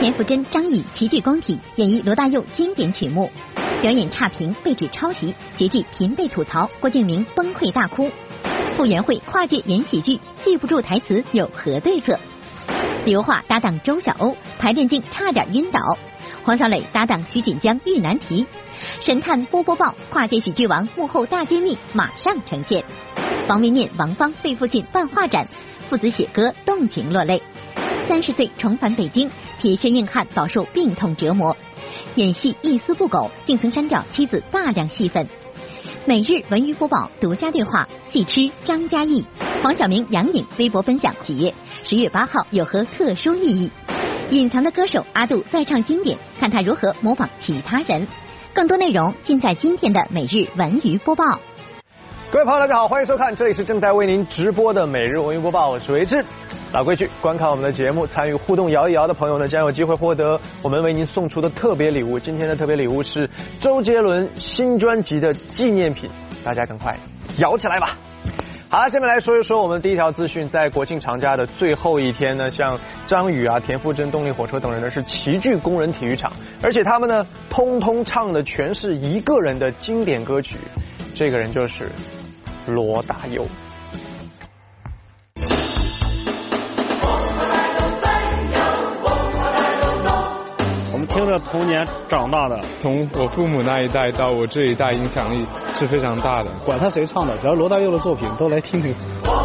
田馥甄、张宇齐聚工体演绎罗大佑经典曲目，表演差评被指抄袭，绝技频被吐槽，郭敬明崩溃大哭。傅园慧跨界演喜剧，记不住台词有何对策？刘桦搭档周晓鸥，排练镜差点晕倒。黄小磊搭档徐锦江遇难题。神探波波豹跨界喜剧王幕后大揭秘马上呈现。王维念、王芳为父亲办画展，父子写歌动情落泪。30岁重返北京，铁血硬汉饱受病痛折磨，演戏一丝不苟，竟曾删掉妻子大量戏份。每日文娱播报独家对话，戏痴张嘉译、黄晓明、杨颖微博分享喜悦，10月8号有何特殊意义？隐藏的歌手阿杜再唱经典，看他如何模仿其他人。更多内容尽在今天的每日文娱播报。 各位朋友，大家好，欢迎收看，这里是正在为您直播的每日文娱播报，我是维志。老规矩，观看我们的节目、参与互动摇一摇的朋友呢，将有机会获得我们为您送出的特别礼物。今天的特别礼物是周杰伦新专辑的纪念品，大家赶快摇起来吧！好了，下面来说一说我们第一条资讯，在国庆长假的最后一天呢，像张宇啊、田馥甄、动力火车等人呢是齐聚工人体育场，而且他们呢通通唱的全是一个人的经典歌曲，这个人就是罗大佑。 听着童年长大的， 从我父母那一代到我这一代，影响力是非常大的。 管他谁唱的，只要罗大佑的作品都来听听。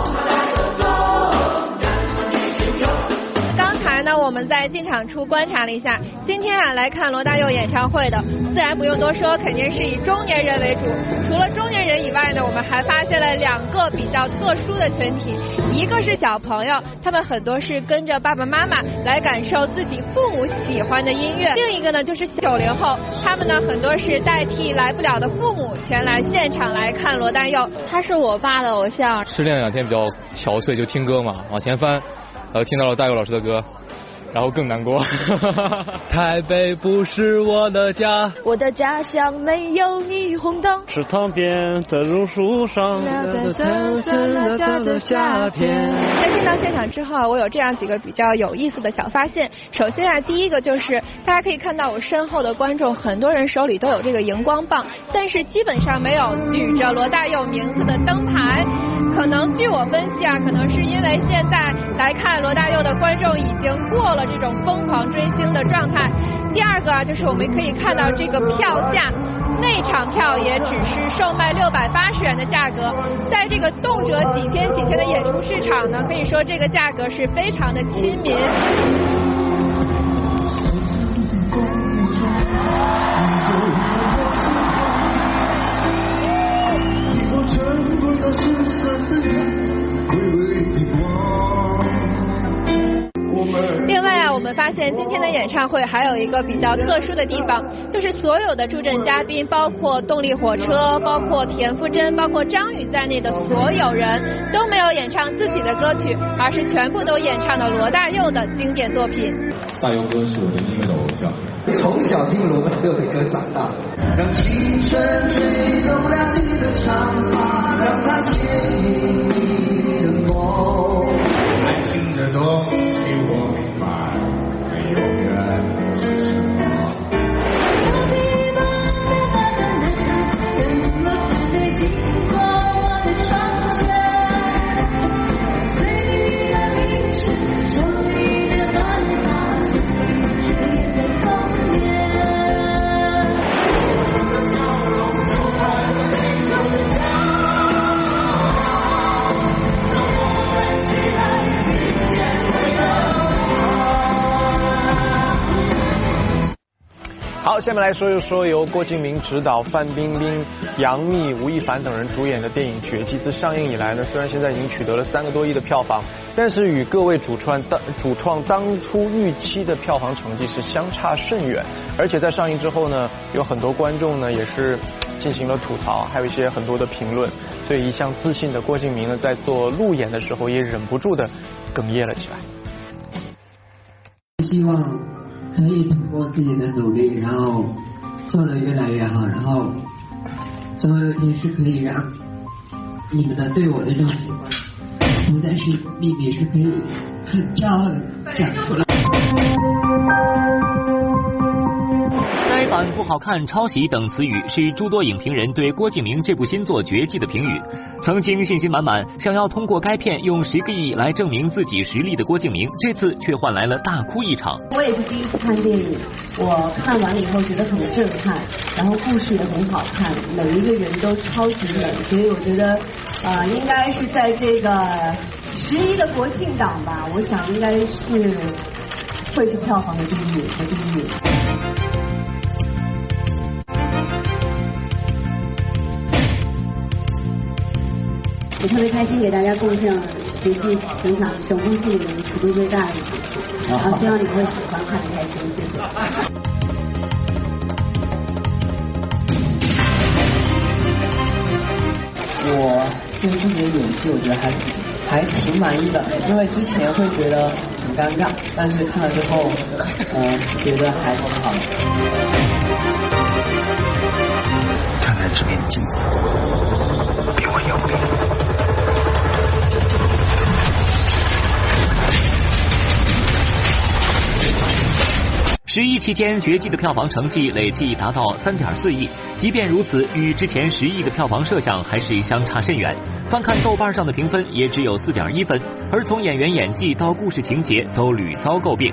刚才呢，我们在进场处观察了一下，今天啊来看罗大佑演唱会的，自然不用多说，肯定是以中年人为主。除了中年人以外呢，我们还发现了2个比较特殊的群体，一个是小朋友，他们很多是跟着爸爸妈妈来感受自己父母喜欢的音乐；另一个呢就是90后，他们呢很多是代替来不了的父母前来现场来看罗大佑。他是我爸的偶像。 失恋2天比较憔悴，就听歌嘛，往前翻，听到了大佑老师的歌。然后更难过。台北不是我的家， 我的家乡没有霓虹灯， 池塘边的榕树上， 的夏天。 在进到现场之后，我有这样几个比较有意思的小发现。首先啊，第一个就是大家可以看到我身后的观众，很多人手里都有这个荧光棒，但是基本上没有举着罗大佑名字的灯牌。可能据我分析啊，可能是因为现在来看罗大佑的观众已经过了这种疯狂追星的状态。第二个啊，就是我们可以看到这个票价，内场票也只是售卖680元的价格，在这个动辄几千的演出市场呢，可以说这个价格是非常的亲民。另外啊，我们发现今天的演唱会还有一个比较特殊的地方，就是所有的助阵嘉宾，包括动力火车、包括田馥甄、包括张宇在内的所有人都没有演唱自己的歌曲，而是全部都演唱的罗大佑的经典作品。 大佑哥是我的音乐的偶像， 从小听罗大佑的歌长大，让青春吹动了你的长发，让它牵引你的梦。 爱情的东西我明白，永远不是什么。 好，下面来说一说由郭敬明执导、范冰冰、杨幂、吴亦凡等人主演的电影《绝技》。自上映以来呢，虽然现在已经取得了3个多亿的票房，但是与各位主创当初预期的票房成绩是相差甚远。而且在上映之后呢，有很多观众呢也是进行了吐槽，还有一些很多的评论。所以一向自信的郭敬明呢，在做路演的时候也忍不住的哽咽了起来。 希望可以通过自己的努力，然后做得越来越好，然后总有一天是可以让你们的对我的这种喜欢不再是秘密，是可以很骄傲的讲出来。 呆板、不好看、抄袭等词语是诸多影评人对郭敬明这部新作《绝技》的评语。曾经信心满满，想要通过该片用10个亿来证明自己实力的郭敬明，这次却换来了大哭一场。 我也是第一次看电影，我看完了以后觉得很震撼，然后故事也很好看，每一个人都超级美，所以我觉得应该是在这个11的国庆档吧，我想应该是会是票房的第一名。我特别开心给大家贡献绝技整部戏里面尺度最大的一部戏，然后希望你们会喜欢，看得开心，谢谢。 我对自己的演技，我觉得还挺满意的，因为之前会觉得很尴尬，但是看了之后，觉得还挺好的。 站在这面镜子，比我有力。 11期间，《绝技》的票房成绩累计达到3.4亿，即便如此，与之前10亿的票房设想还是相差甚远。翻看豆瓣上的评分，也只有4.1分，而从演员演技到故事情节都屡遭诟病。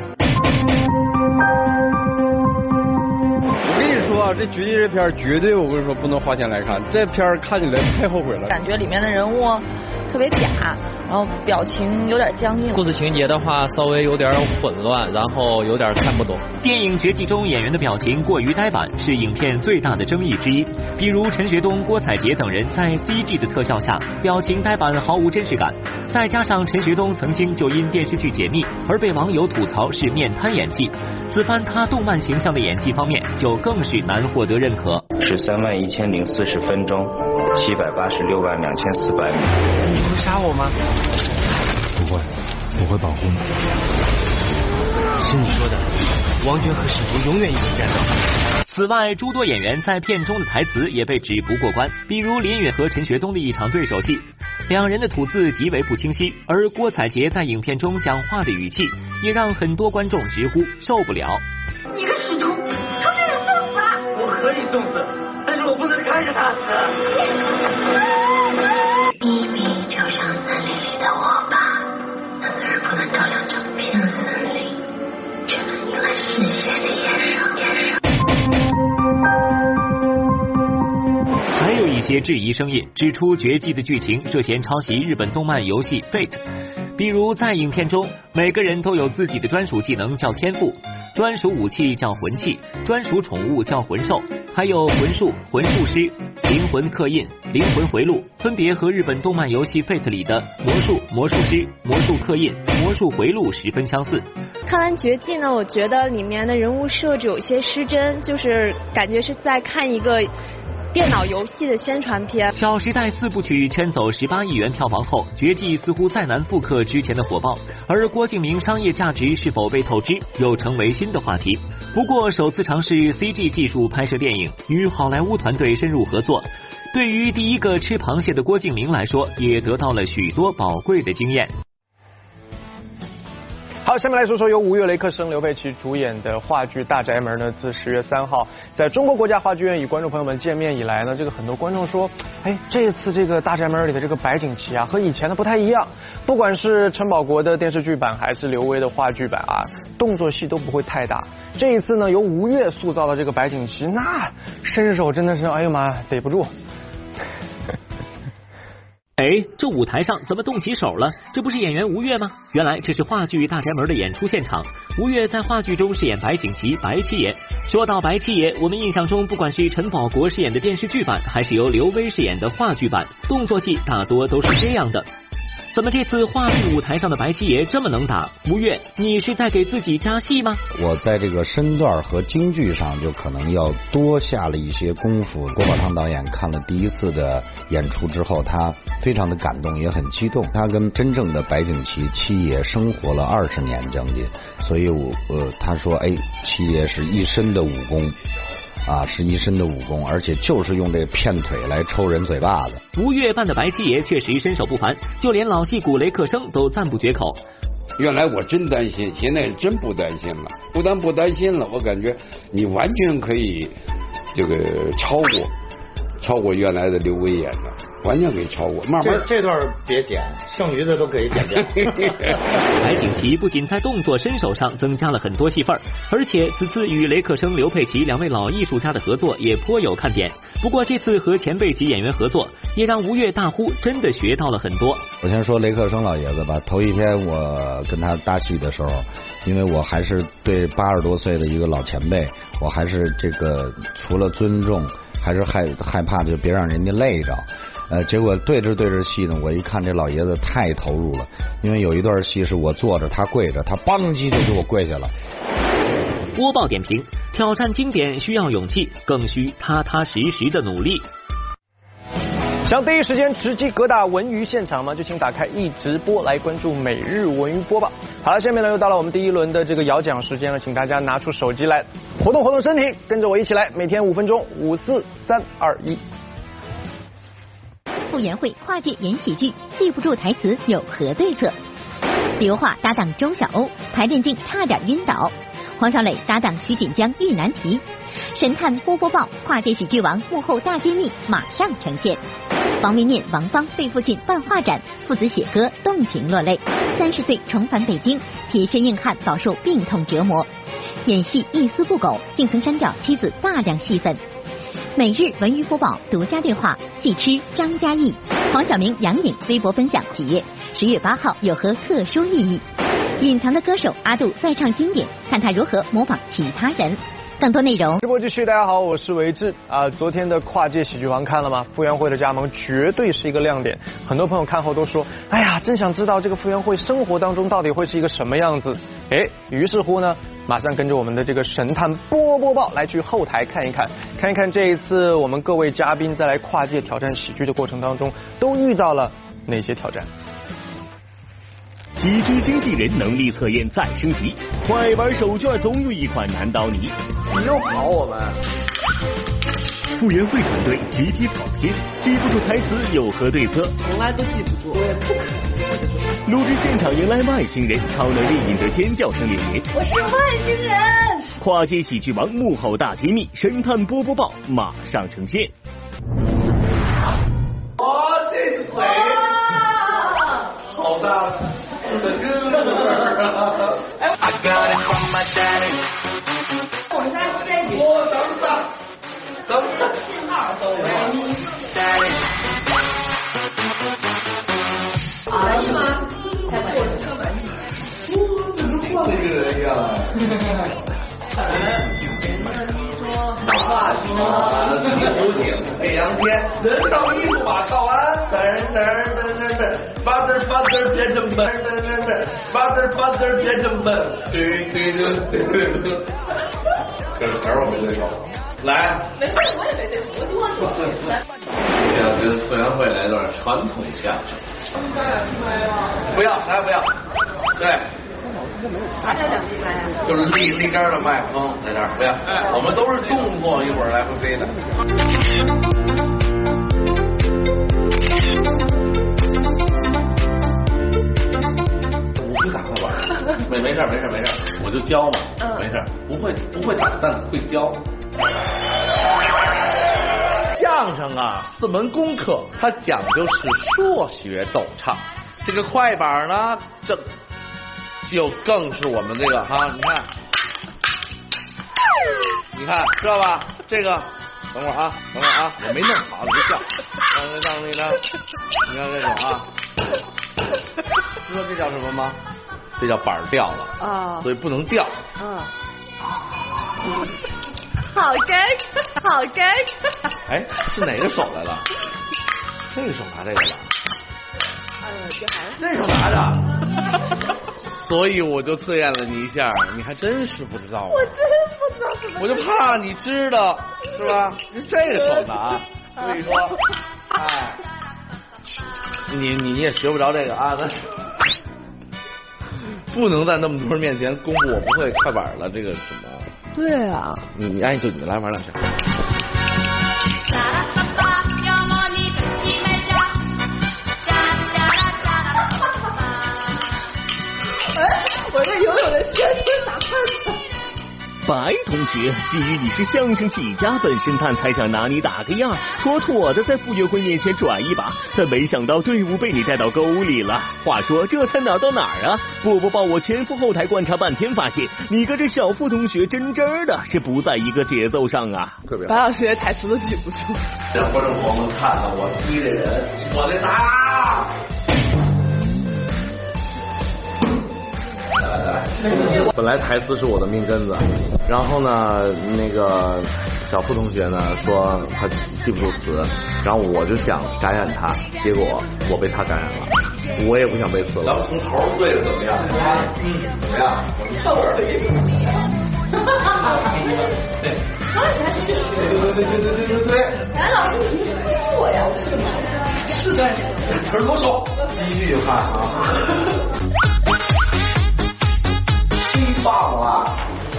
我跟你说啊，这《绝技》这片绝对，我跟你说不能花钱来看，这片看起来太后悔了。 感觉里面的人物特别假，然后表情有点僵硬。 故事情节的话稍微有点混乱，然后有点看不懂。 电影《绝技》中演员的表情过于呆板，是影片最大的争议之一。比如陈学冬、郭采洁等人在 CG 的特效下，表情呆板，毫无真实感。再加上陈学冬曾经就因电视剧解密而被网友吐槽是面瘫演技，此番他动漫形象的演技方面就更是难获得认可。 131040分钟，7862400米。 你会杀我吗？ 不会，我会保护你。 是你说的，王娟和使徒永远一起战斗。 此外，诸多演员在片中的台词也被指不过关，比如林允和陈学冬的一场对手戏，两人的吐字极为不清晰，而郭采洁在影片中讲话的语气也让很多观众直呼受不了。 你个使徒，把这人冻死了！ 我可以冻死，但是我不能看着他死。 黎明就像森林里的火把，它虽然不能照亮整片森林，却能引来嗜血的野兽。 还有一些质疑声音指出，《绝技》的剧情涉嫌抄袭日本动漫游戏 Fate， 比如在影片中，每个人都有自己的专属技能叫天赋，专属武器叫魂器，专属宠物叫魂兽，还有魂术、魂术师、灵魂刻印、灵魂回路，分别和日本动漫游戏 Fate 里的魔术、魔术师、魔术刻印、魔术回路十分相似。 看完《绝技》呢，我觉得里面的人物设置有些失真，就是感觉是在看一个电脑游戏的宣传片。 《小时代》4部曲圈走18亿元票房后，《绝技》似乎再难复刻之前的火爆，而郭敬明商业价值是否被透支，又成为新的话题。不过，首次尝试 CG 技术拍摄电影，与好莱坞团队深入合作，对于第一个吃螃蟹的郭敬明来说，也得到了许多宝贵的经验。 好，下面来说说由吴越、雷克生、刘佩琦主演的话剧《大宅门》呢，自10月3号在中国国家话剧院与观众朋友们见面以来呢，这个很多观众说，这次这个《大宅门》里的这个白景琦啊，和以前的不太一样。不管是陈宝国的电视剧版，还是刘威的话剧版啊，动作戏都不会太大。这一次呢，由吴越塑造的这个白景琦，那身手真的是，哎呀妈，逮不住。 这舞台上怎么动起手了？这不是演员吴越吗？原来这是话剧《大宅门》的演出现场。吴越在话剧中饰演白景琦，白七爷。说到白七爷，我们印象中不管是陈宝国饰演的电视剧版，还是由刘威饰演的话剧版，动作戏大多都是这样的。怎么这次话剧舞台上的白七爷这么能打？吴越，你是在给自己加戏吗？ 我在这个身段和京剧上就可能要多下了一些功夫。郭宝昌导演看了第一次的演出之后，他非常的感动，也很激动。他跟真正的白景琦七爷生活了20年将近，所以他说，七爷是一身的武功。是一身的武功，而且就是用这个片腿来抽人嘴巴子。 吴越扮的白七爷确实身手不凡，就连老戏骨雷克生都赞不绝口。 原来我真担心，现在真不担心了。不但不担心了，我感觉你完全可以这个超过原来的刘维演的，完全可以超过。慢慢这段别剪，剩余的都可以剪掉。 白景琦不仅在动作身手上增加了很多戏份，而且此次与雷克生、刘佩琦两位老艺术家的合作也颇有看点。不过这次和前辈级演员合作，也让吴越大呼真的学到了很多。 我先说雷克生老爷子吧，头一天我跟他搭戏的时候，因为我还是对80多岁的一个老前辈，我还是这个除了尊重，还是害怕就别让人家累着。结果对着戏呢，我一看这老爷子太投入了，因为有一段戏是我坐着，他跪着，他邦叽就给我跪下了。 播报点评：挑战经典需要勇气，更需踏踏实实的努力。 想第一时间直击各大文娱现场吗？就请打开一直播来关注每日文娱播报。好了，下面呢又到了我们第一轮的这个摇奖时间了，请大家拿出手机来活动身体，跟着我一起来，每天5分钟，5、4、3、2、1。 傅园慧跨界演喜剧，记不住台词有何对策？刘桦搭档周晓鸥，排练镜差点晕倒。黄小磊搭档徐锦江遇难题。神探波报跨界喜剧王幕后大揭秘马上呈现。王维念、王芳被父亲办画展，父子写歌动情落泪。30岁重返北京，铁血硬汉饱受病痛折磨，演戏一丝不苟，竟曾删掉妻子大量戏份。每日文娱播报独家对话，戏痴张嘉译、黄晓明、杨颖微博分享喜悦。10月8号有何特殊意义？隐藏的歌手阿杜再唱经典，看他如何模仿其他人。更多内容。 直播继续，大家好，我是维志啊。昨天的跨界喜剧王看了吗？傅园慧的加盟绝对是一个亮点，很多朋友看后都说，哎呀，真想知道这个傅园慧生活当中到底会是一个什么样子。于是乎呢，马上跟着我们的这个神探播报来去后台看一看这一次我们各位嘉宾在来跨界挑战喜剧的过程当中都遇到了哪些挑战。 喜剧经纪人能力测验再升级，快玩手绢总有一款难倒你。 你又跑我们！ 傅园慧团队集体跑偏，记不住台词有何对策？ 从来都记不住，我也不可能记得住。 录制现场迎来外星人，超能力引得尖叫声连连。 我是外星人！ 跨界喜剧王幕后大揭秘，神探播报马上呈现。 哇，这是谁？好大！我们家在一起。 等信号都没。 是吗？才过了车门。 哇，怎么换了一个人呀？话说，西湖景，北洋天，人造艺术马跳完，father 别这么笨，father 别这么笨，对。这词儿我没对手，来。 没事，我也没对手，我我想跟傅园慧来段传统相声。不要，啥也不要。对。 啥叫两句麦啊？ 就是立杆的麦克风在这儿，不要。我们都是动作，一会儿来回飞的。我不打快板，没事，我就教嘛，没事，不会打，但会教。相声啊，4门功课，它讲究是说学逗唱。这个快板呢，这就更是我们这个哈，你看知道吧？这个等会儿啊，我没弄好，你别笑。让那个，你看这种啊，知道这叫什么吗？这叫板掉了啊，所以不能掉。 好真。 哎，是哪个手来了？这个手拿这个了。这手拿着。所以我就测验了你一下，你还真是不知道。 我真不知道怎么。 我就怕你知道，是吧？这个手拿，所以说，哎，你也学不着这个啊，那不能在那么多人面前公布我不会快板了，这个什么？ 对啊。 你哎，就你来玩两下。 我这游泳的学生打喷嚏。 白同学，基于你是相声起家，本神探才想拿你打个样，妥妥的在傅园慧面前拽一把，但没想到队伍被你带到沟里了。话说这才哪儿到哪儿啊？不报我全副后台观察半天，发现你跟这小傅同学真的是不在一个节奏上啊！ 白老师的台词都记不住。 让观众朋友们看到我逼着人，我的打。本来台词是我的命根子，然后呢，那个小傅同学呢说他记不住词，然后我就想感染他，结果我被他感染了，我也不想被刺了。咱们从头对着怎么样？怎么样？我对。 刚开始还是对。蓝老师，你是逼我呀？我是什么？是的。 词儿多少？第一句就看啊。棒了！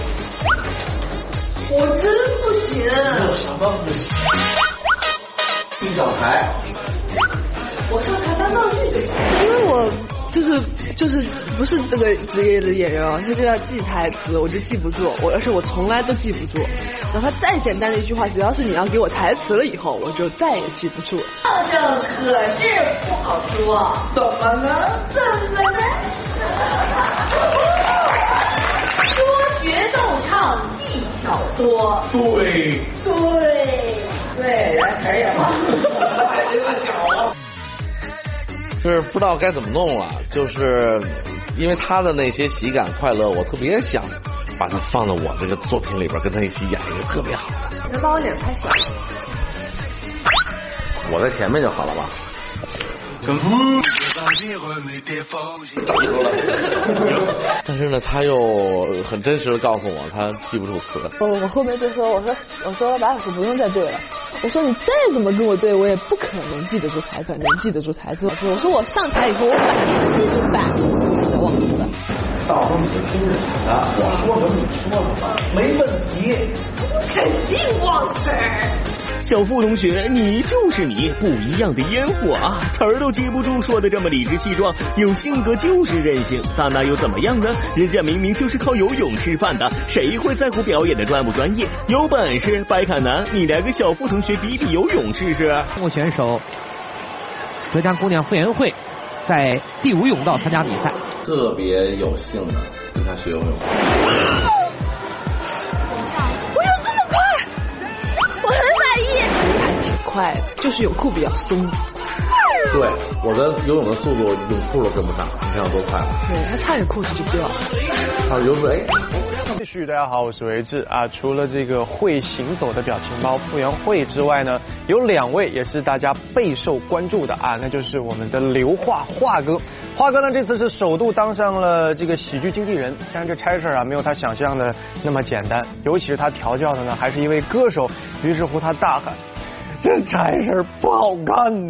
我真不行。 有什么不行？你上台。 我上台当道具就行。因为我就是不是这个职业的演员啊，他就要记台词，我就记不住，而且我从来都记不住。然后再简单的一句话，只要是你要给我台词了以后，我就再也记不住。 相声可是不好说。 怎么呢？ 说学逗唱技巧多。 对， 来词儿也好。 就是不知道该怎么弄了，就是因为他的那些喜感快乐，我特别想把它放到我这个作品里边，跟他一起演一个特别好的。 能把我脸拍小？ 我在前面就好了吧？但是呢，他又很真实的告诉我，他记不住词。 我后面就说，我说白老师不用再对了。我说你再怎么跟我对，我也不可能记得住台词，能记得住台词。我说我上台以后，我100%忘词了。 到时候你就听着你的，我说什么你说什么，没问题。 肯定忘词儿。 小傅同学，你就是你，不一样的烟火啊！词儿都记不住，说的这么理直气壮，有性格就是任性，但那又怎么样呢？人家明明就是靠游泳吃饭的，谁会在乎表演的专不专业？有本事，白侃南，你来个小傅同学比游泳试试。 中国选手浙江姑娘傅园慧在第5泳道参加比赛， 特别有幸的跟他学游泳。 快，就是泳裤比较松。 对，我的游泳的速度泳裤都跟不上，你看有多快了。 对，他差点裤子就掉了。 他游水。 继续，大家好，我是维志啊。除了这个会行走的表情包傅园慧之外呢，有2位也是大家备受关注的啊，那就是我们的刘华哥。华哥呢这次是首度当上了这个喜剧经纪人，但是这差事啊没有他想象的那么简单，尤其是他调教的呢还是一位歌手，于是乎他大喊：“这差事不好干呐！”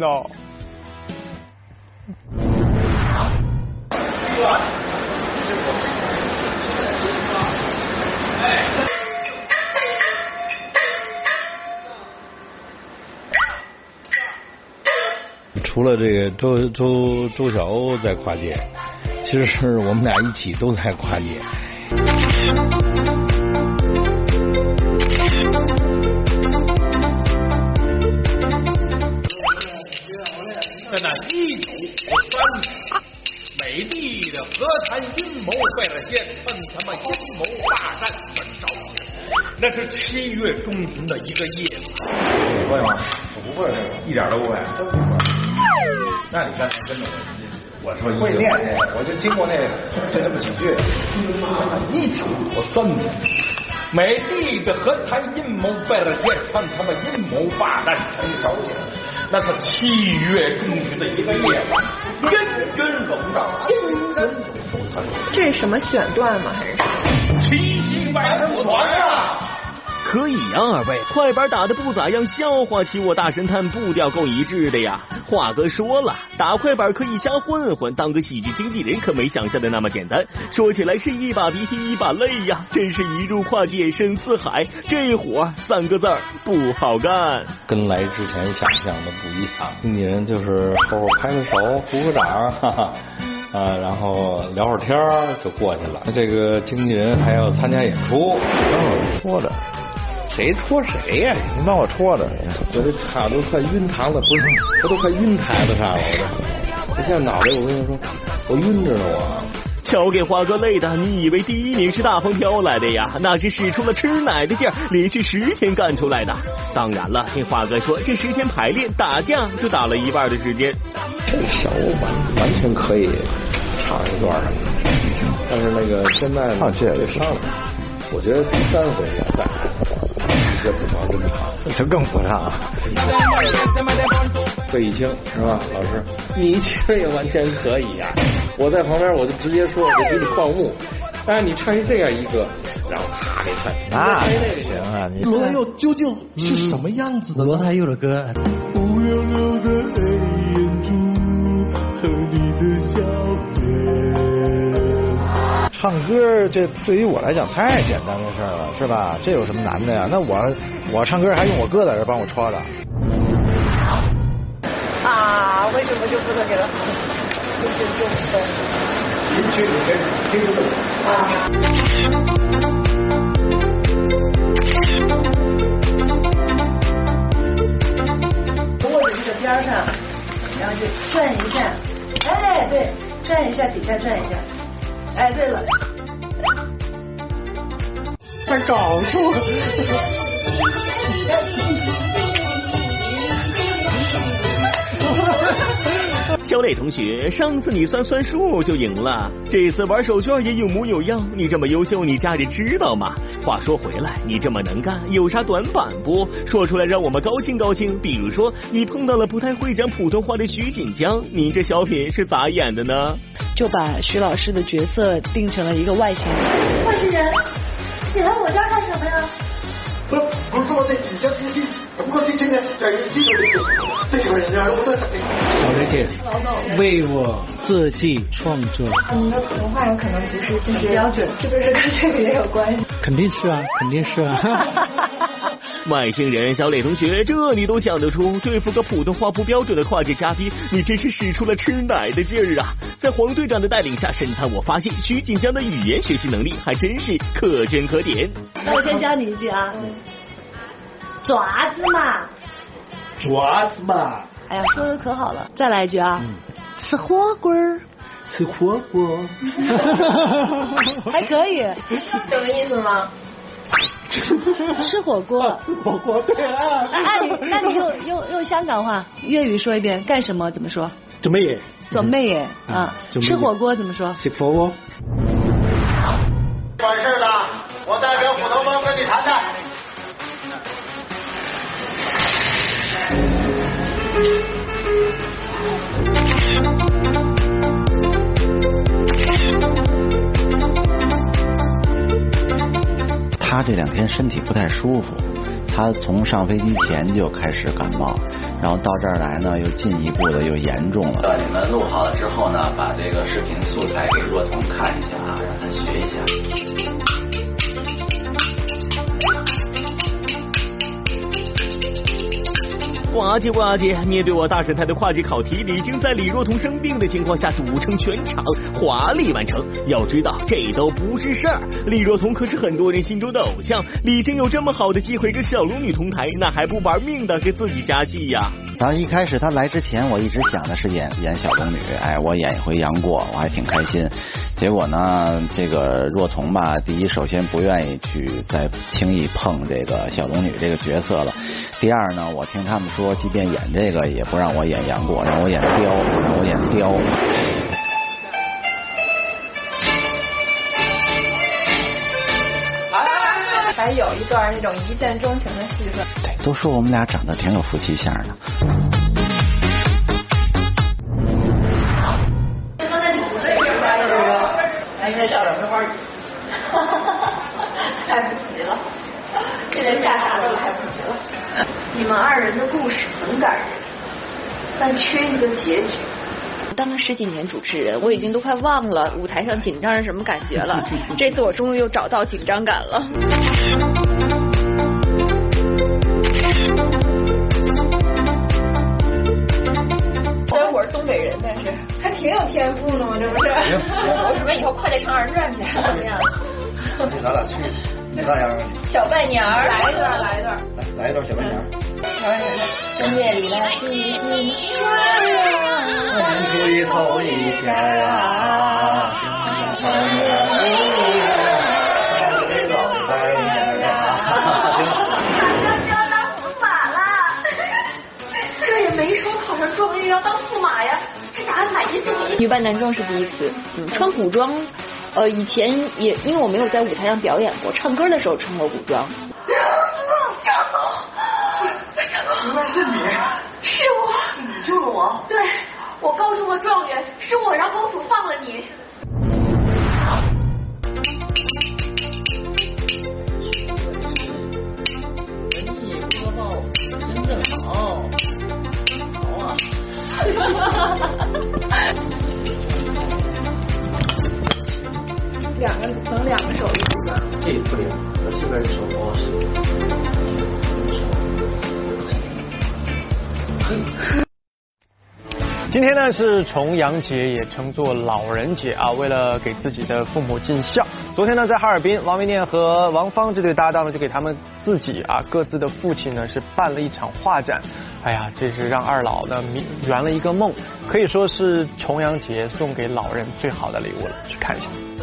除了这个周晓鸥在跨界，其实是我们俩一起都在跨界。 在那1953，美丽的和谈阴谋贝勒县趁他妈阴谋大战焚烧。那是7月中旬的一个夜晚。 你会吗？我不会，一点都不会，真不会。那你看，真的，我说会练这个，我就听过那个，就这么几句。 1953年，美丽的和谈阴谋贝勒县趁他妈阴谋大战焚烧。那是7月中旬的一个夜晚，人人笼罩，人人都说这是什么选段吗？还是奇袭白虎团啊！ 可以呀，二位，快板打的不咋样，笑话起我大神探步调够一致的呀。华哥说了，打快板可以瞎混混，当个喜剧经纪人可没想象的那么简单。说起来是一把鼻涕一把泪呀，真是一入跨界深似海，这活3个字儿不好干。 跟来之前想象的不一样，经纪人就是后拍个手，鼓个掌，哈哈。 然后聊会儿天就过去了。这个经纪人还要参加演出，刚好戳着，谁戳谁呀？你把我戳着，我这他都快晕堂了，不是，我都快晕台子上了，我现在脑袋，我跟你说，我晕着呢我。 瞧给华哥累的，你以为第1名是大风飘来的呀？那是使出了吃奶的劲儿，连续10天干出来的。当然了，听华哥说，这10天排练打架就打了一半的时间。 这小完全可以唱一段什么的，但是那个现在唱戏也得上了，我觉得第3回演再这不唱真唱，这更不唱。费玉清是吧，老师？你其实也完全可以呀、我在旁边我就直接说，我就给你放牧。但是你唱一这样一个，然后咔给唱，那行啊！你罗大佑究竟是什么样子的？ 罗大佑的歌。 无忧忧的黑眼珠和你的笑脸。 唱歌这对于我来讲太简单的事了，是吧？这有什么难的呀？那我唱歌还用我哥在这帮我戳着。 啊，为什么就不能给他不尊重的？ 邻居里面听不懂啊。 握着这个边上，然后就转一下，哎，对，转一下底下转一下，哎，对了， 在搞错。 小磊同学，上次你算数就赢了，这次玩手绢也有模有样。你这么优秀，你家人知道吗？话说回来，你这么能干，有啥短板不？说出来让我们高兴高兴。比如说，你碰到了不太会讲普通话的徐锦江，你这小品是咋演的呢？ 就把徐老师的角色定成了一个外星人。 外星人，你来我家干什么呀？ 不是我在底下机器，不过今天在这个人家我在小雷姐为我自己创作。 你的普通话有可能不是就是标准，是不是跟这个也有关系？ 肯定是啊，肯定是啊。 外星人，小磊同学，这你都想得出？对付个普通话不标准的跨界嘉宾，你真是使出了吃奶的劲儿啊！在黄队长的带领下，神探我发现徐锦江的语言学习能力还真是可圈可点。 那我先教你一句啊，爪子嘛， 爪子嘛。 哎呀，说的可好了，再来一句啊，吃火锅儿， 吃火锅， 还可以， 什么意思吗？ 吃火锅， 火锅对啊。 那你用香港话粤语说一遍，干什么怎么说？ 做咩嘢？ 做咩嘢啊？吃火锅怎么说？ 吃火锅。 管事的，我代表斧头帮跟你谈谈。 他这2天身体不太舒服，他从上飞机前就开始感冒，然后到这儿来呢，又进一步的又严重了。你们录好了之后呢，把这个视频素材给若彤看一下啊，让他学一下。 呱唧呱唧，面对我大神台的跨界考题，李菁在李若彤生病的情况下赌成全场，华丽完成。要知道这都不是事儿，李若彤可是很多人心中的偶像，李菁有这么好的机会跟小龙女同台，那还不玩命的给自己加戏呀？ 然后一开始他来之前，我一直想的是演小龙女，哎，我演一回杨过，我还挺开心。结果呢，这个若彤吧，第一首先不愿意去再轻易碰这个小龙女这个角色了。第二呢，我听他们说，即便演这个也不让我演杨过，让我演刁，让我演刁。 还有一段那种一见钟情的戏份。 对，都说我们俩长得挺有夫妻相的。 放在你5岁是吧？这个，来，再笑2盆花雨。来不及了，这连干啥都来不及了。你们2人的故事很感人，但缺一个结局。 当了10几年主持人，我已经都快忘了舞台上紧张是什么感觉了。这次我终于又找到紧张感了。 虽然我是东北人，但是还挺有天赋的嘛，这不是？我准备以后快点唱二人转去，怎么样？ 咱俩去，你那样？ 小拜年儿，来一段。 来一段小拜年。 正月里来是新年年初一头一天啊，新年老拜年啊。 马上就要当驸马了，这也没说考上状元要当驸马呀，这咋安排意思？ 女扮男装是第一次，穿古装，以前也因为我没有在舞台上表演过，唱歌的时候穿过古装。 原来是你， 是我， 是你救了我。 对，我高中的状元，是我让公主放了你。 文艺播报真正好，好啊！ 能两个手一组转？ 这不灵，这边手不是。 今天呢是重阳节，也称作老人节啊。为了给自己的父母尽孝，昨天呢在哈尔滨，王维念和王芳这对搭档呢就给他们自己各自的父亲呢是办了一场画展。哎呀，这是让二老呢圆了一个梦，可以说是重阳节送给老人最好的礼物了。去看一下。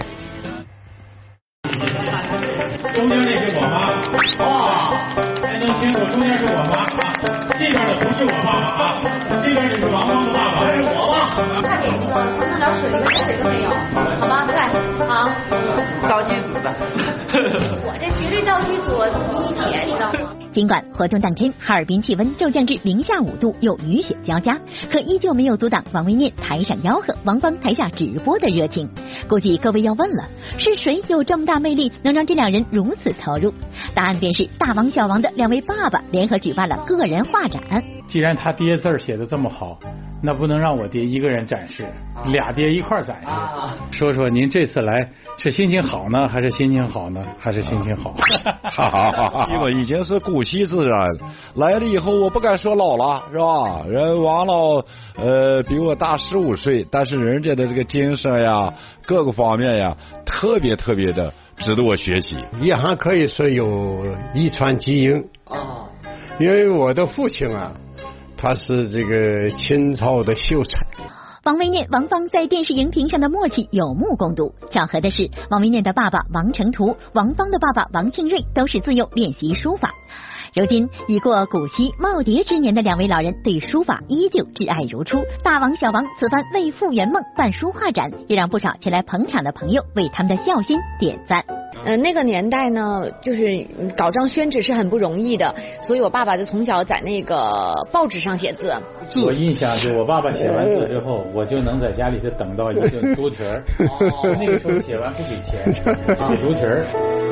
中间那是我妈，哇，还能清楚中间是我妈，这边的不是我爸爸啊，这边就是王芳的爸爸，这是我妈。 快点那个三三点水，一个水都没有，好吧？对，好。 道具组的。 我这绝对道具组第一铁，知道吗？ 尽管活动当天哈尔滨气温骤降至零下5度，又雨雪交加，可依旧没有阻挡王维念台上吆喝，王芳台下直播的热情。估计各位要问了，是谁有这么大魅力，能让这两人如此投入？答案便是大王小王的两位爸爸联合举办了个人画展。 既然他爹字写得这么好，那不能让我爹一个人展示，俩爹一块展示。说说您这次来是心情好呢，还是心情好呢，还是心情好？ 哈哈哈！我已经是古稀之人，来了以后我不敢说老了，是吧？人王老比我大15岁，但是人家的这个精神呀，各个方面呀，特别的值得我学习。 也还可以说有遗传基因啊，因为我的父亲啊，他是这个清朝的秀才。 王维念、王芳在电视荧屏上的默契有目共睹。巧合的是，王维念的爸爸王成图、王芳的爸爸王庆瑞都是自幼练习书法。如今已过古稀耄耋之年的两位老人对书法依旧挚爱如初。大王小王此番为父圆梦办书画展，也让不少前来捧场的朋友为他们的孝心点赞。 那个年代呢，就是搞张宣纸是很不容易的，所以我爸爸就从小在那个报纸上写字。 我印象就我爸爸写完字之后，我就能在家里头等到一顿猪蹄儿。那个时候写完不给钱，给猪蹄儿。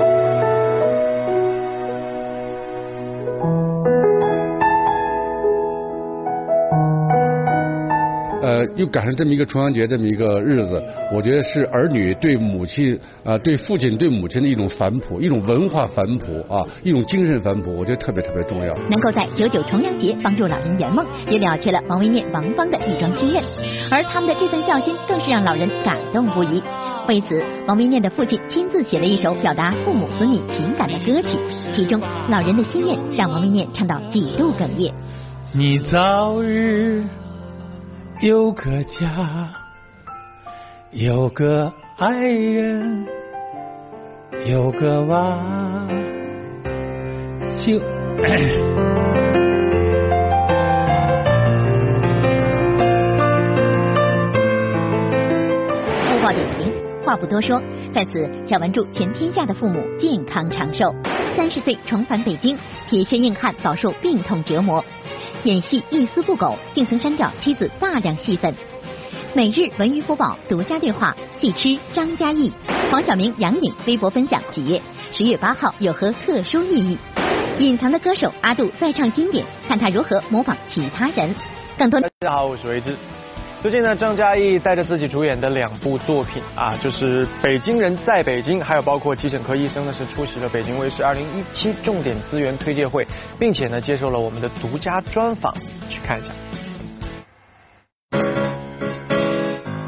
又赶上这么一个重阳节这么一个日子，我觉得是儿女对母亲对父亲对母亲的一种反哺，一种文化反哺啊，一种精神反哺，我觉得特别重要。 能够在99重阳节帮助老人圆梦，也了却了王维念、王芳的一桩心愿，而他们的这份孝心更是让老人感动不已。为此，王维念的父亲亲自写了一首表达父母子女情感的歌曲，其中老人的心愿让王维念唱到几度哽咽。 你早日有个家，有个爱人，有个娃，就播报点评，话不多说，在此小文祝全天下的父母健康长寿。30岁重返北京，铁血硬汉饱受病痛折磨，演戏一丝不苟，竟曾删掉妻子大量戏份。每日文娱播报独家对话，戏痴张嘉译、黄晓明、杨颖微博分享喜悦，10月8号有何特殊意义？隐藏的歌手阿杜再唱经典，看他如何模仿其他人。更多。 大家好，我是维之。最近呢，张嘉译带着自己主演的2部作品就是《北京人在北京》，还有包括《急诊科医生》呢，是出席了北京卫视2017重点资源推介会，并且呢接受了我们的独家专访，去看一下。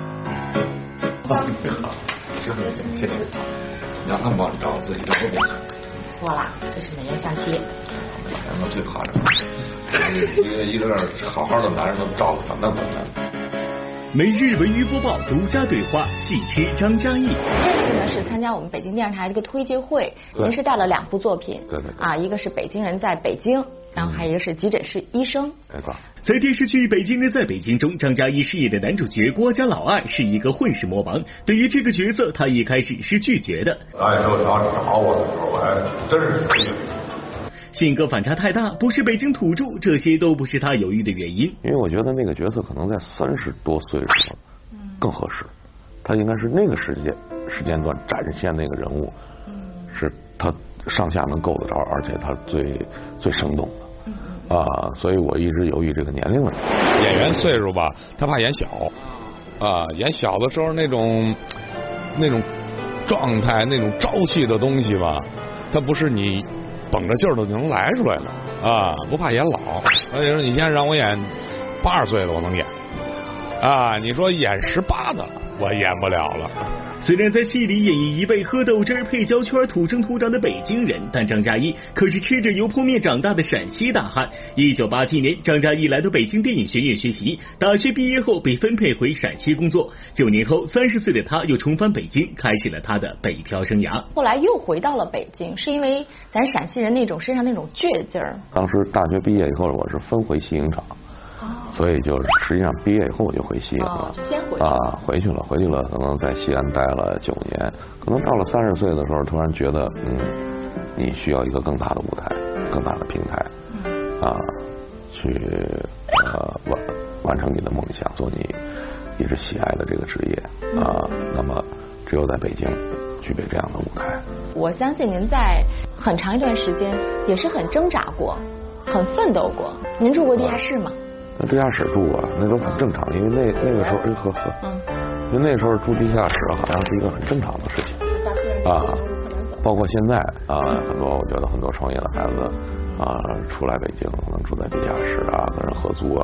行，谢谢。你让他们帮你照，自己照不变。 错了，这是美颜相机。 咱们最怕这个，一个好好的男人都照得粉嫩粉嫩。 每日文娱播报独家对话戏痴张嘉译。 这次呢是参加我们北京电视台的一个推介会，您是带了2部作品， 对一个是北京人在北京，然后还有一个是急诊室医生。 在电视剧《北京人在北京》中，张嘉译饰演的男主角郭家老二是一个混世魔王。对于这个角色，他一开始是拒绝的。 哎，这要找我的时候，我还真是。 性格反差太大，不是北京土著，这些都不是他犹豫的原因。 因为我觉得那个角色可能在30多岁的时候更合适，他应该是那个时间段展现那个人物，是他上下能够得着，而且他最生动的。所以我一直犹豫这个年龄问题。 演员岁数吧，他怕演小，演小的时候那种状态、那种朝气的东西吧，他不是你绷着劲儿都能来出来的不怕演老。所以说你现在让我演80岁的我能演，你说演18的我演不了了。 虽然在戏里演绎一位喝豆汁配胶圈土生土长的北京人，但张嘉译可是吃着油泼面长大的陕西大汉。1987年，张嘉译来到北京电影学院学习，大学毕业后被分配回陕西工作。9年后，30岁的他又重返北京，开始了他的北漂生涯。 后来又回到了北京，是因为咱陕西人身上那种倔劲儿。 当时大学毕业以后，我是分回戏影厂。所以就是实际上毕业以后我就回西安了， 就先回去了，可能在西安待了9年，可能到了30岁的时候，突然觉得你需要一个更大的舞台，更大的平台，去完成你的梦想，做你一直喜爱的这个职业那么只有在北京具备这样的舞台。 我相信您在很长一段时间也是很挣扎过，很奋斗过。您住过地下室吗？ 那地下室住过，那都很正常，因为那个时候，因为那时候住地下室好像是一个很正常的事情包括现在我觉得很多创业的孩子出来北京可能住在地下室跟人合租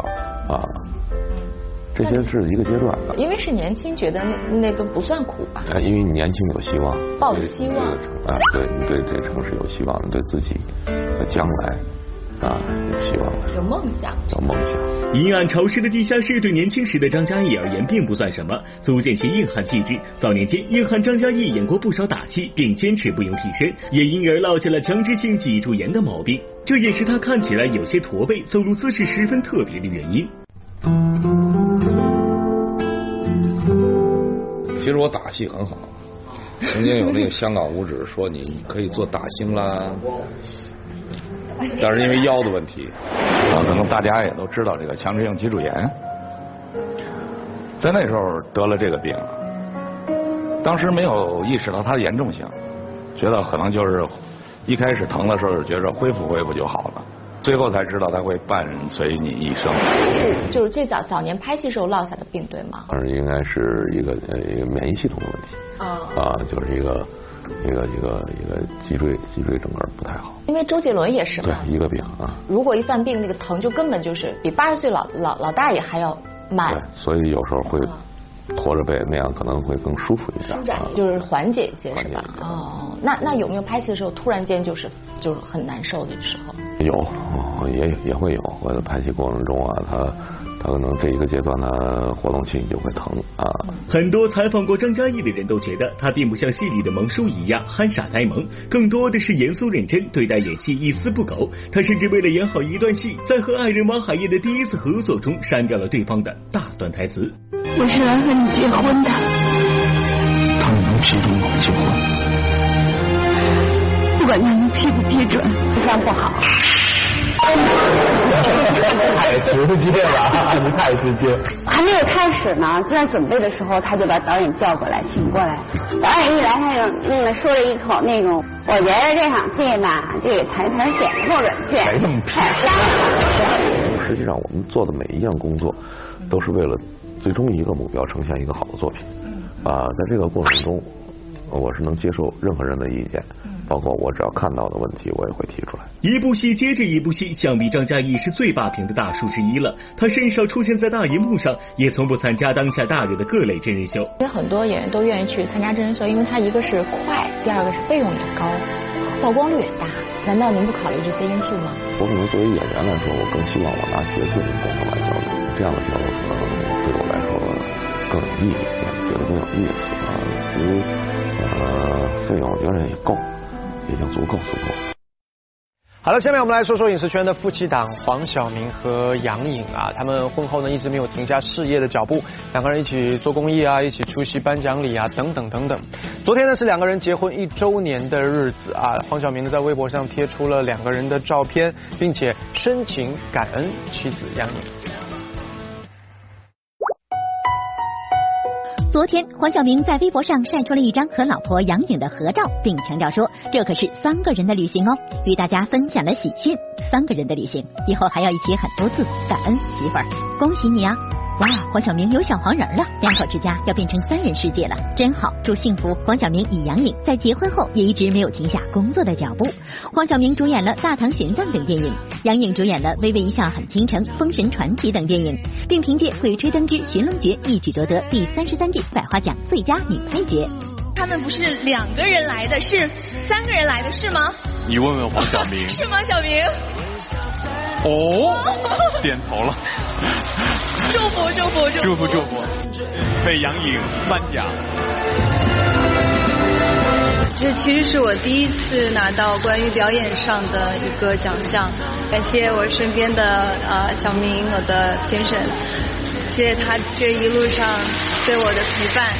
这些是一个阶段的。 因为是年轻，觉得那都不算苦吧？ 因为你年轻有希望， 抱着希望对你对这个城市有希望，你对自己的将来有希望的， 有梦想。 阴暗潮湿的地下室对年轻时的张嘉译而言并不算什么，足见其硬汉气质。早年间，硬汉张嘉译演过不少打戏，并坚持不用替身，也因而落下了强直性脊柱炎的毛病，这也是他看起来有些驼背、走路姿势十分特别的原因。 其实我打戏很好，曾经有那个香港舞指说你可以做打星啦。但是因为腰的问题， 可能大家也都知道这个强直性脊柱炎，在那时候得了这个病，当时没有意识到它的严重性，觉得可能就是一开始疼的时候觉得恢复就好了，最后才知道它会伴随你一生。 就是最早年拍戏时候落下的病，对吗？ 应该是一个免疫系统的问题就是一个脊椎整个不太好。 因为周杰伦也是嘛， 对，一个病如果一犯病，那个疼就根本就是比80岁老大爷还要慢。 对，所以有时候会驼着背，那样可能会更舒服一点， 舒展就是缓解一些，是吧？那有没有拍戏的时候突然间就是很难受的时候？ 有，也会有。我在拍戏过程中他可能这一个阶段的活动期就会疼很多采访过张嘉译的人都觉得他并不像戏里的萌叔一样憨傻呆萌，更多的是严肃认真，对待演戏一丝不苟。他甚至为了演好一段戏，在和爱人王海燕的第一次合作中删掉了对方的大段台词。 我是来和你结婚的。 他们能批准我们结婚？ 不管他们批不批准，这样不好。 太直接了，你太直接。 还没有开始呢，就在准备的时候，他就把导演叫过来，请过来。导演一来，他就说了一口那种，我觉得这场戏吧，这个台词点透准确，太伤了。 实际上，我们做的每一样工作，都是为了最终一个目标，呈现一个好的作品。在这个过程中，我是能接受任何人的意见，包括我只要看到的问题，我也会提出来。 一部戏接着一部戏，想必张嘉译是最霸屏的大叔之一了。他甚少出现在大荧幕上，也从不参加当下大热的各类真人秀。 很多演员都愿意去参加真人秀，因为它一个是快，第二个是费用也高，曝光率也大。难道您不考虑这些因素吗？ 我可能作为演员来说，我更希望我拿角色跟观众来交流，这样的交流可能对我来说更有意义，觉得更有意思啊。因为费用我觉得也够，已经足够。 好了，下面我们来说说影视圈的夫妻档黄晓明和杨颖啊，他们婚后呢一直没有停下事业的脚步，两个人一起做公益啊，一起出席颁奖礼啊，等等等等。昨天呢是两个人结婚1周年的日子啊，黄晓明呢在微博上贴出了两个人的照片，并且深情感恩妻子杨颖。 昨天，黄晓明在微博上晒出了一张和老婆杨颖的合照，并强调说，这可是3个人的旅行哦，与大家分享了喜讯。3个人的旅行，以后还要一起很多次，感恩媳妇儿，恭喜你啊！哇，黄晓明有小黄人了，两口之家要变成3人世界了，真好，祝幸福！黄晓明与杨颖在结婚后也一直没有停下工作的脚步。黄晓明主演了《大唐玄奘》等电影，杨颖主演了《微微一笑很倾城》《封神传奇》等电影，并凭借《鬼吹灯之寻龙诀》一举夺得第33届百花奖最佳女配角。 他们不是2个人来的，是3个人来的，是吗？ 你问问黄晓明。 是吗，小明？ 哦，点头了。 祝福， 为杨颖颁奖。 这其实是我第一次拿到关于表演上的一个奖项，感谢我身边的小明，我的先生，谢谢他这一路上对我的陪伴，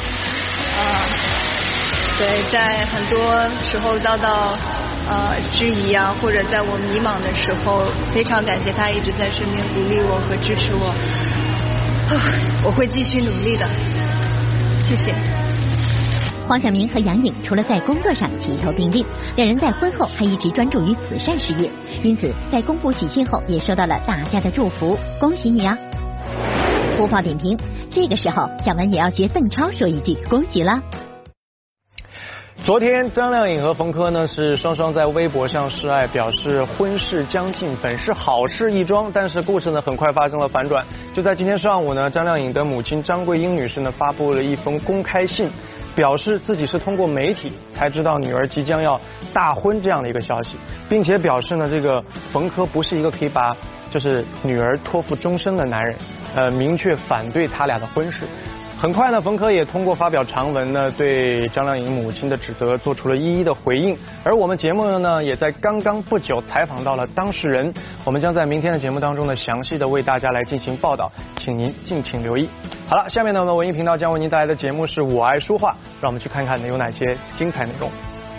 对，在很多时候遭到质疑啊，或者在我迷茫的时候，非常感谢他一直在身边鼓励我和支持我，我会继续努力的，谢谢。 黄晓明和杨颖除了在工作上齐头并进，两人在婚后还一直专注于慈善事业，因此在公布喜讯后也收到了大家的祝福，恭喜你啊！播报点评，这个时候小文也要学邓超说一句恭喜啦。 昨天张靓颖和冯轲呢是双双在微博上示爱，表示婚事将近，本是好事一桩。但是故事呢很快发生了反转，就在今天上午呢，张靓颖的母亲张桂英女士呢发布了一封公开信，表示自己是通过媒体才知道女儿即将要大婚这样的一个消息，并且表示呢这个冯轲不是一个可以把就是女儿托付终身的男人，明确反对他俩的婚事。很快呢，冯轲也通过发表长文呢，对张靓颖母亲的指责做出了一一的回应。而我们节目呢，也在刚刚不久采访到了当事人，我们将在明天的节目当中呢，详细的为大家来进行报道，请您敬请留意。好了，下面呢，我们文艺频道将为您带来的节目是我爱书画，让我们去看看有哪些精彩内容。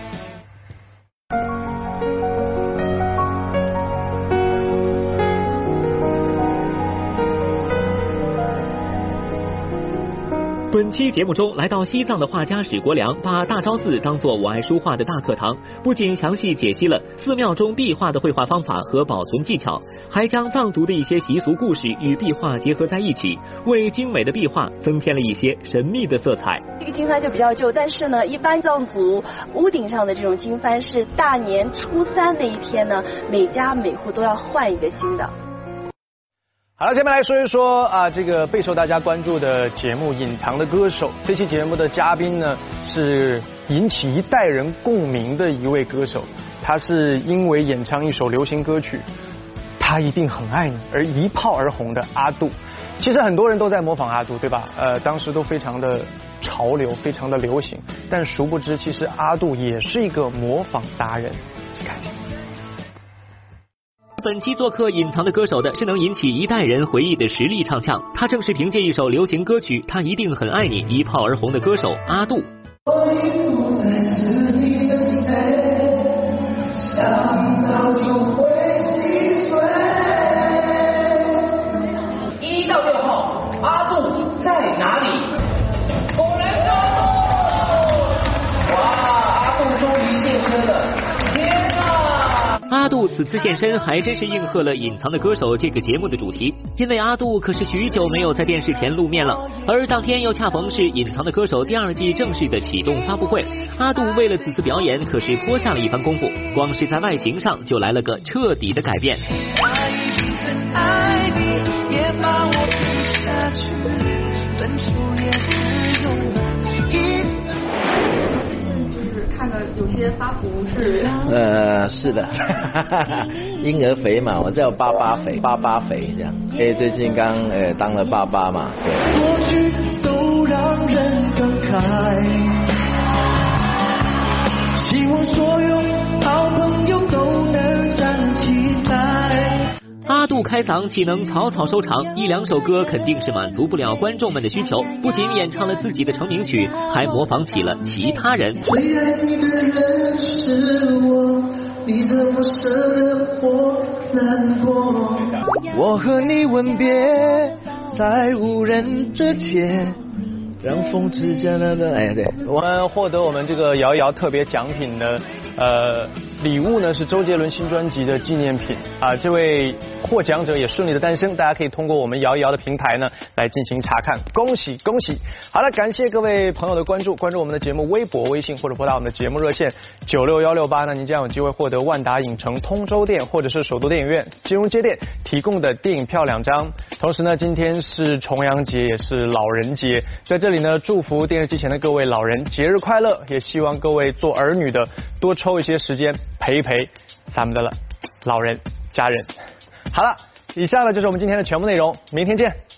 本期节目中，来到西藏的画家史国良把大昭寺当作我爱书画的大课堂，不仅详细解析了寺庙中壁画的绘画方法和保存技巧，还将藏族的一些习俗故事与壁画结合在一起，为精美的壁画增添了一些神秘的色彩。 这个经幡就比较旧，但是呢，一般藏族屋顶上的这种经幡是大年初3那一天呢，每家每户都要换一个新的。 好了，下面来说一说这个备受大家关注的节目《隐藏的歌手》。这期节目的嘉宾呢是引起一代人共鸣的一位歌手，他是因为演唱一首流行歌曲《他一定很爱你》而一炮而红的阿杜。其实很多人都在模仿阿杜，对吧？当时都非常的潮流，非常的流行，但殊不知，其实阿杜也是一个模仿达人。去看看。 本期做客隐藏的歌手的是能引起一代人回忆的实力唱将，他正是凭借一首流行歌曲《他一定很爱你》一炮而红的歌手阿杜。 1到6号，阿杜在哪里？果然是阿杜！哇，阿杜终于现身了！天哪！ 阿阿杜此次现身还真是应和了《隐藏的歌手》这个节目的主题，因为阿杜可是许久没有在电视前露面了，而当天又恰逢是《隐藏的歌手》第2季正式的启动发布会，阿杜为了此次表演可是脱下了一番功夫，光是在外形上就来了个彻底的改变。 爱你也把我比下去，分手也只用就是看到有些发福是是的，婴儿肥嘛，我叫爸爸肥，爸爸肥这样。最近刚当了爸爸嘛，对。 过去都让人感慨，希望所有好朋友都能站起来。 阿杜开嗓岂能草草收场？1、2首歌肯定是满足不了观众们的需求，不仅演唱了自己的成名曲，还模仿起了其他人。 最爱你的人是我，你怎么舍得我难过？我和你吻别在无人的街，让风之间的对， 我们获得我们这个摇一摇特别奖品的礼物呢是周杰伦新专辑的纪念品啊，这位获奖者也顺利的诞生，大家可以通过我们摇一摇的平台呢来进行查看，恭喜恭喜！好了，感谢各位朋友的关注我们的节目微博、微信或者拨打我们的节目热线96168呢，您将有机会获得万达影城通州店或者是首都电影院金融街店提供的电影票2张。同时呢，今天是重阳节，也是老人节，在这里呢祝福电视机前的各位老人节日快乐，也希望各位做儿女的多抽一些时间陪一陪咱们的老人家人。好了，以上呢就是我们今天的全部内容，明天见。